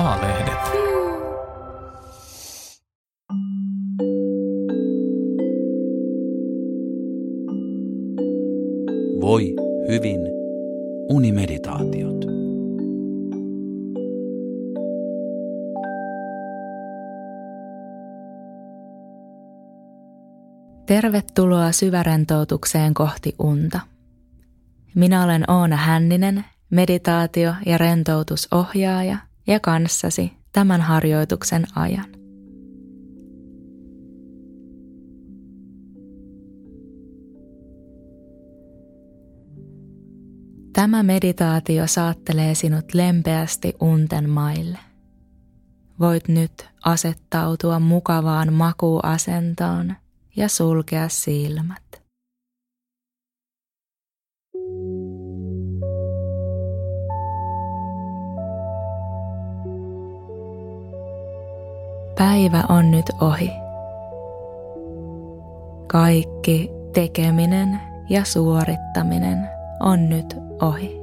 A-lehdet. Voi hyvin unimeditaatiot. Tervetuloa syvärentoutukseen kohti unta. Minä olen Oona Hänninen, meditaatio- ja rentoutusohjaaja ja kanssasi tämän harjoituksen ajan. Tämä meditaatio saattelee sinut lempeästi unten maille. Voit nyt asettautua mukavaan makuuasentoon ja sulkea silmät. Päivä on nyt ohi. Kaikki tekeminen ja suorittaminen on nyt ohi.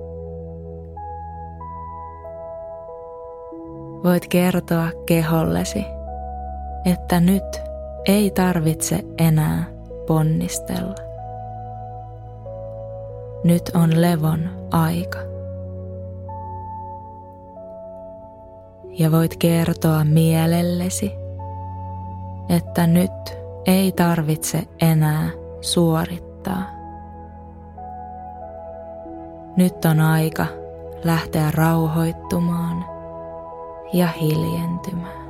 Voit kertoa kehollesi, että nyt ei tarvitse enää ponnistella. Nyt on levon aika. Ja voit kertoa mielellesi, että nyt ei tarvitse enää suorittaa. Nyt on aika lähteä rauhoittumaan ja hiljentymään.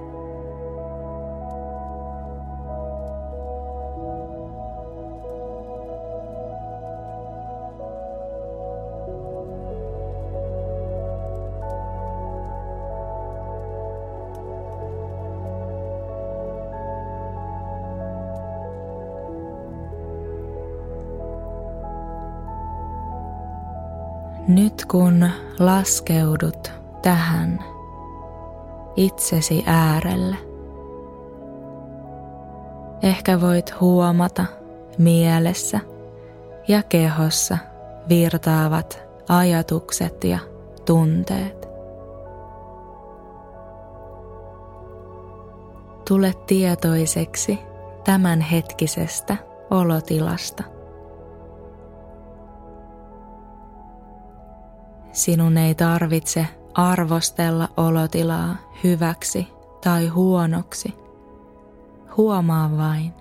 Nyt kun laskeudut tähän itsesi äärelle, ehkä voit huomata mielessä ja kehossa virtaavat ajatukset ja tunteet. Tule tietoiseksi tämänhetkisestä olotilasta. Sinun ei tarvitse arvostella olotilaa hyväksi tai huonoksi. Huomaa vain.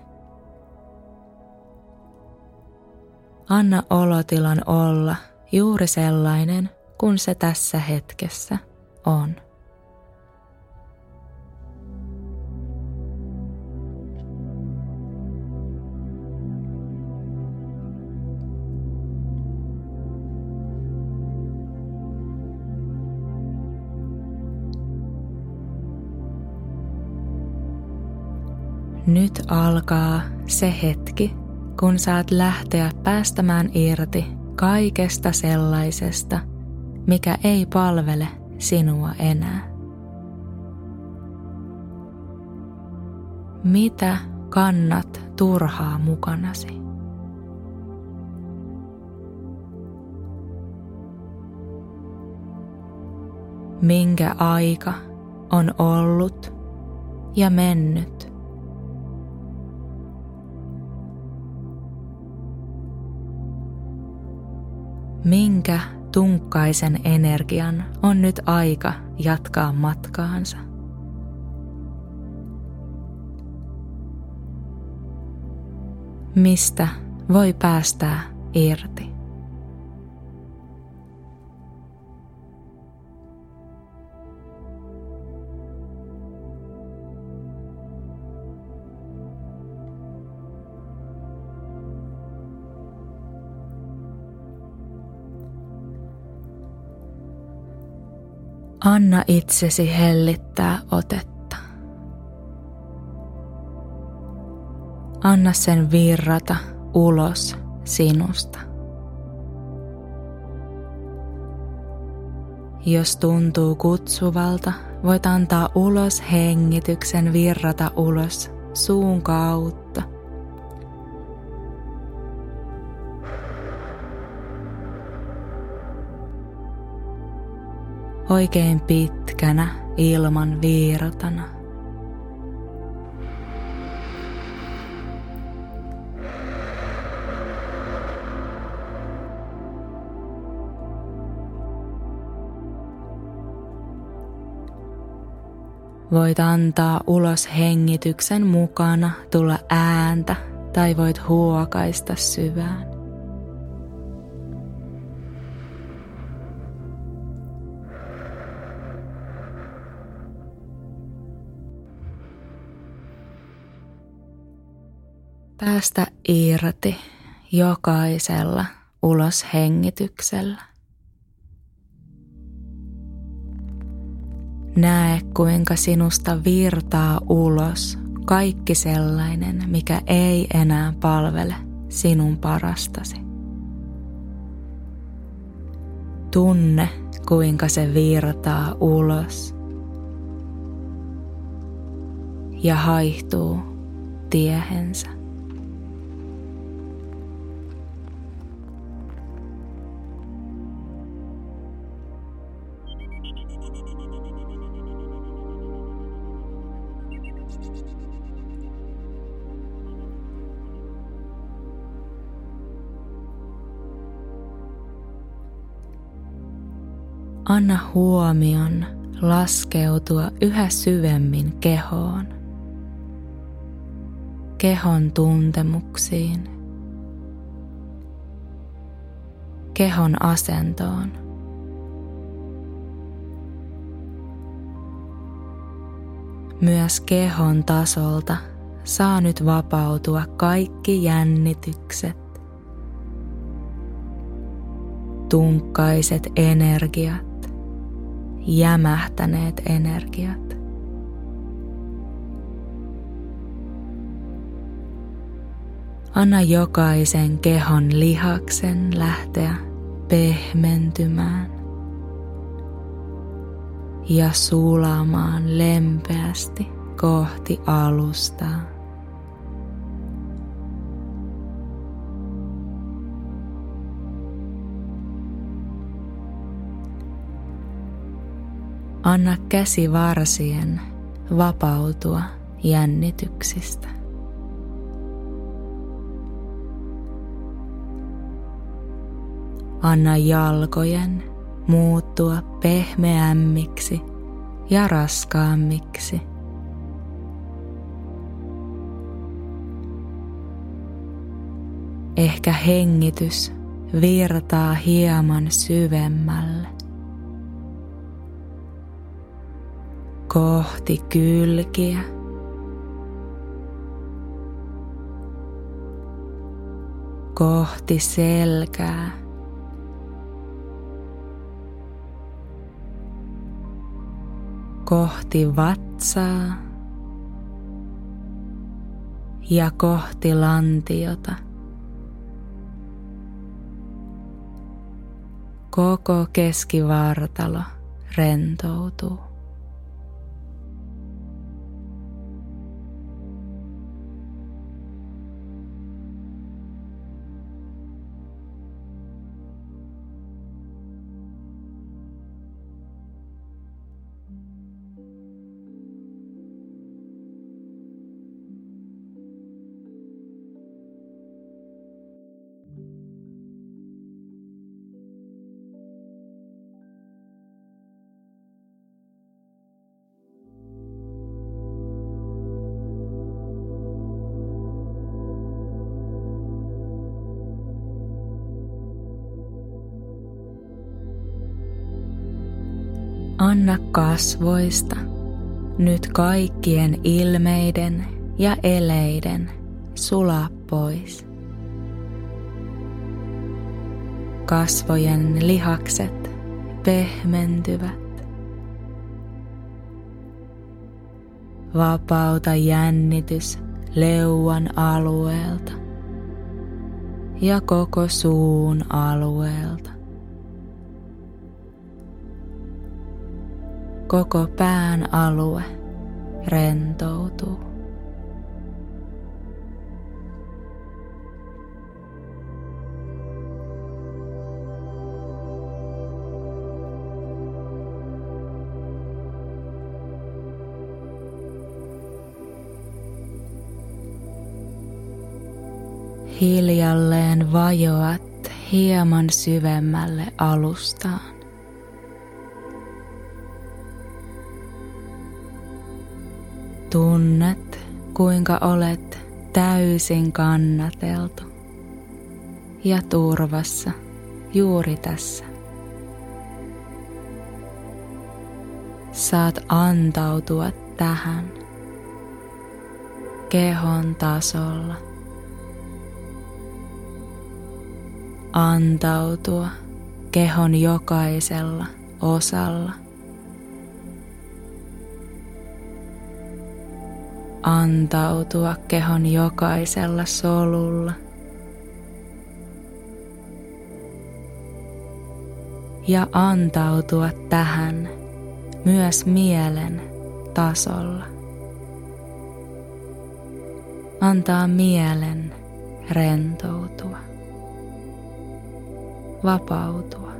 Anna olotilan olla juuri sellainen, kun se tässä hetkessä on. Nyt alkaa se hetki, kun saat lähteä päästämään irti kaikesta sellaisesta, mikä ei palvele sinua enää. Mitä kannat turhaa mukanasi? Minkä aika on ollut ja mennyt? Minkä tunkkaisen energian on nyt aika jatkaa matkaansa? Mistä voi päästää irti? Anna itsesi hellittää otetta. Anna sen virrata ulos sinusta. Jos tuntuu kutsuvalta, voit antaa ulos hengityksen virrata ulos suun kautta. Oikein pitkänä ilman virtana. Voit antaa ulos hengityksen mukana tulla ääntä tai voit huokaista syvään. Päästä irti jokaisella uloshengityksellä. Näe, kuinka sinusta virtaa ulos kaikki sellainen, mikä ei enää palvele sinun parastasi. Tunne, kuinka se virtaa ulos ja haihtuu tiehensä. Anna huomion laskeutua yhä syvemmin kehoon, kehon tuntemuksiin, kehon asentoon. Myös kehon tasolta saa nyt vapautua kaikki jännitykset, tunkkaiset energiat, jämähtäneet energiat. Anna jokaisen kehon lihaksen lähteä pehmentymään ja sulamaan lempeästi kohti alustaa. Anna käsivarsien vapautua jännityksistä. Anna jalkojen muuttua pehmeämmiksi ja raskaammiksi. Ehkä hengitys virtaa hieman syvemmälle. Kohti kylkiä. Kohti selkää. Kohti vatsaa ja kohti lantiota. Koko keskivartalo rentoutuu. Anna kasvoista nyt kaikkien ilmeiden ja eleiden sulaa pois. Kasvojen lihakset pehmentyvät. Vapauta jännitys leuan alueelta ja koko suun alueelta. Koko pään alue rentoutuu. Hiljalleen vajoat hieman syvemmälle alustaan. Tunnet, kuinka olet täysin kannateltu ja turvassa juuri tässä. Saat antautua tähän kehon tasolla. Antautua kehon jokaisella osalla. Antautua kehon jokaisella solulla. Ja antautua tähän myös mielen tasolla. Antaa mielen rentoutua, vapautua.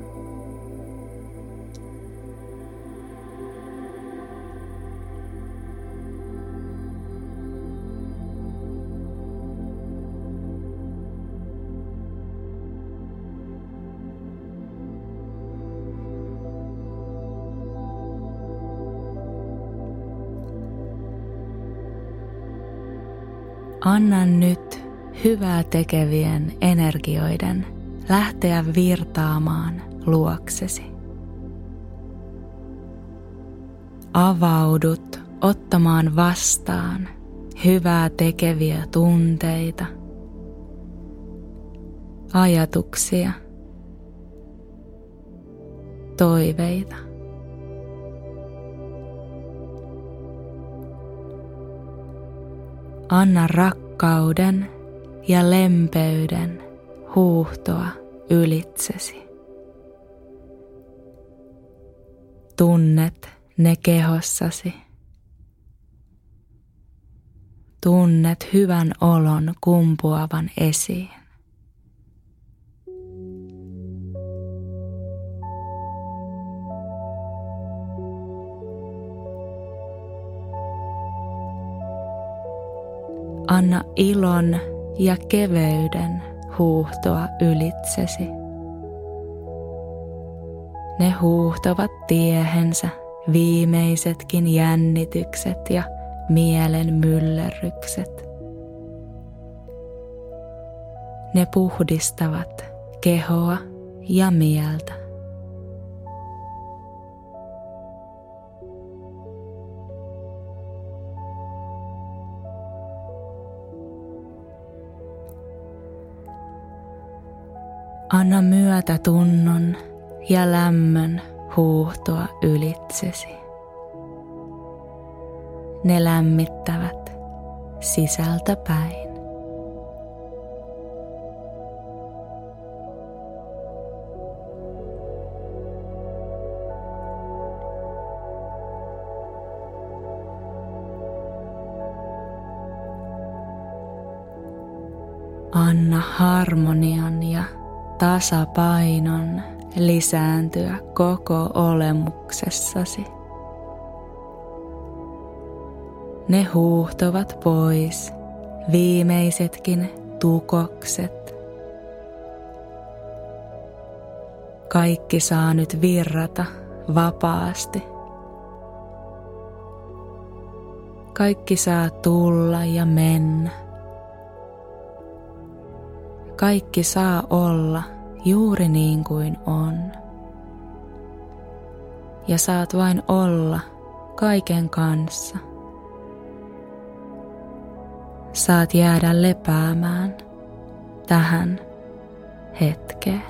Anna nyt hyvää tekevien energioiden lähteä virtaamaan luoksesi. Avaudut ottamaan vastaan hyvää tekeviä tunteita, ajatuksia, toiveita. Anna rakkauden ja lempeyden huuhtoa ylitsesi. Tunnet ne kehossasi. Tunnet hyvän olon kumpuavan esiin. Anna ilon ja keveyden huuhtoa ylitsesi. Ne huuhtovat tiehensä viimeisetkin jännitykset ja mielen myllerrykset. Ne puhdistavat kehoa ja mieltä. Anna myötätunnon ja lämmön huuhtoa ylitsesi. Ne lämmittävät sisältä päin. Anna harmonian ja tasapainon lisääntyä koko olemuksessasi. Ne huuhtovat pois viimeisetkin tukokset. Kaikki saa nyt virrata vapaasti. Kaikki saa tulla ja mennä. Kaikki saa olla juuri niin kuin on. Ja saat vain olla kaiken kanssa. Saat jäädä lepäämään tähän hetkeen.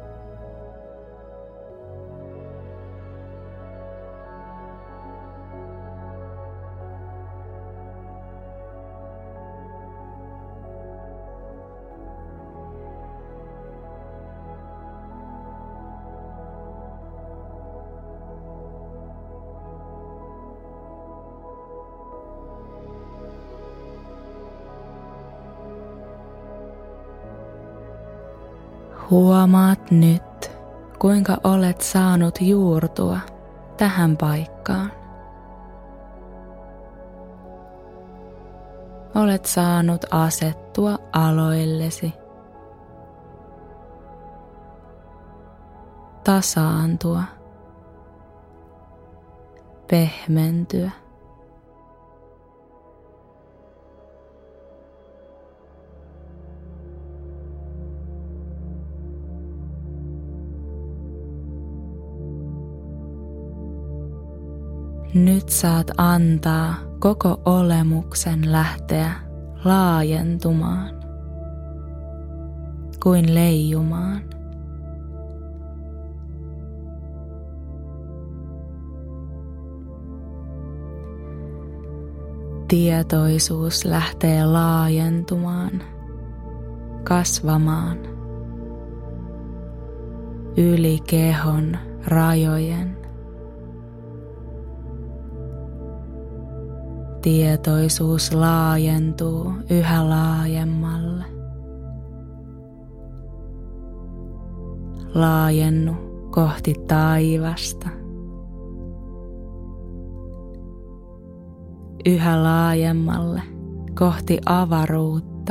Huomaat nyt, kuinka olet saanut juurtua tähän paikkaan. olet saanut asettua aloillesi, tasaantua, pehmentyä. Nyt saat antaa koko olemuksen lähteä laajentumaan, kuin leijumaan. Tietoisuus lähtee laajentumaan, kasvamaan yli kehon rajojen. Tietoisuus laajentuu yhä laajemmalle. Laajennu kohti taivasta. Yhä laajemmalle kohti avaruutta.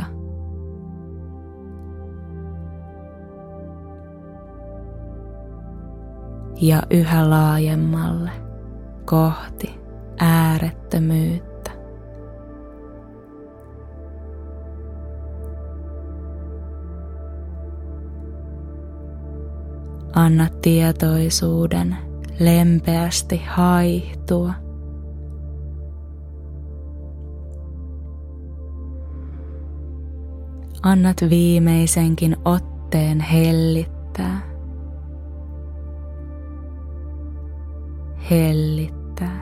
Ja yhä laajemmalle kohti äärettömyyttä. Anna tietoisuuden lempeästi haihtua. Annat viimeisenkin otteen hellittää. Hellittää.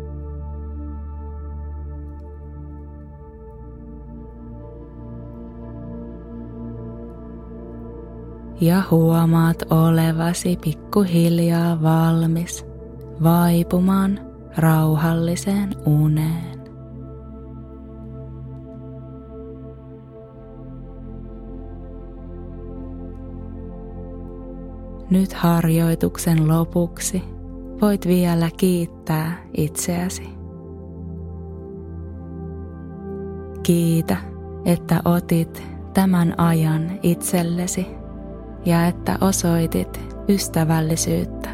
Ja huomaat olevasi pikkuhiljaa valmis vaipumaan rauhalliseen uneen. Nyt harjoituksen lopuksi voit vielä kiittää itseäsi. Kiitä, että otit tämän ajan itsellesi ja että osoitit ystävällisyyttä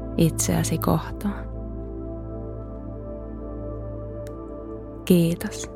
itseäsi kohtaan. Kiitos.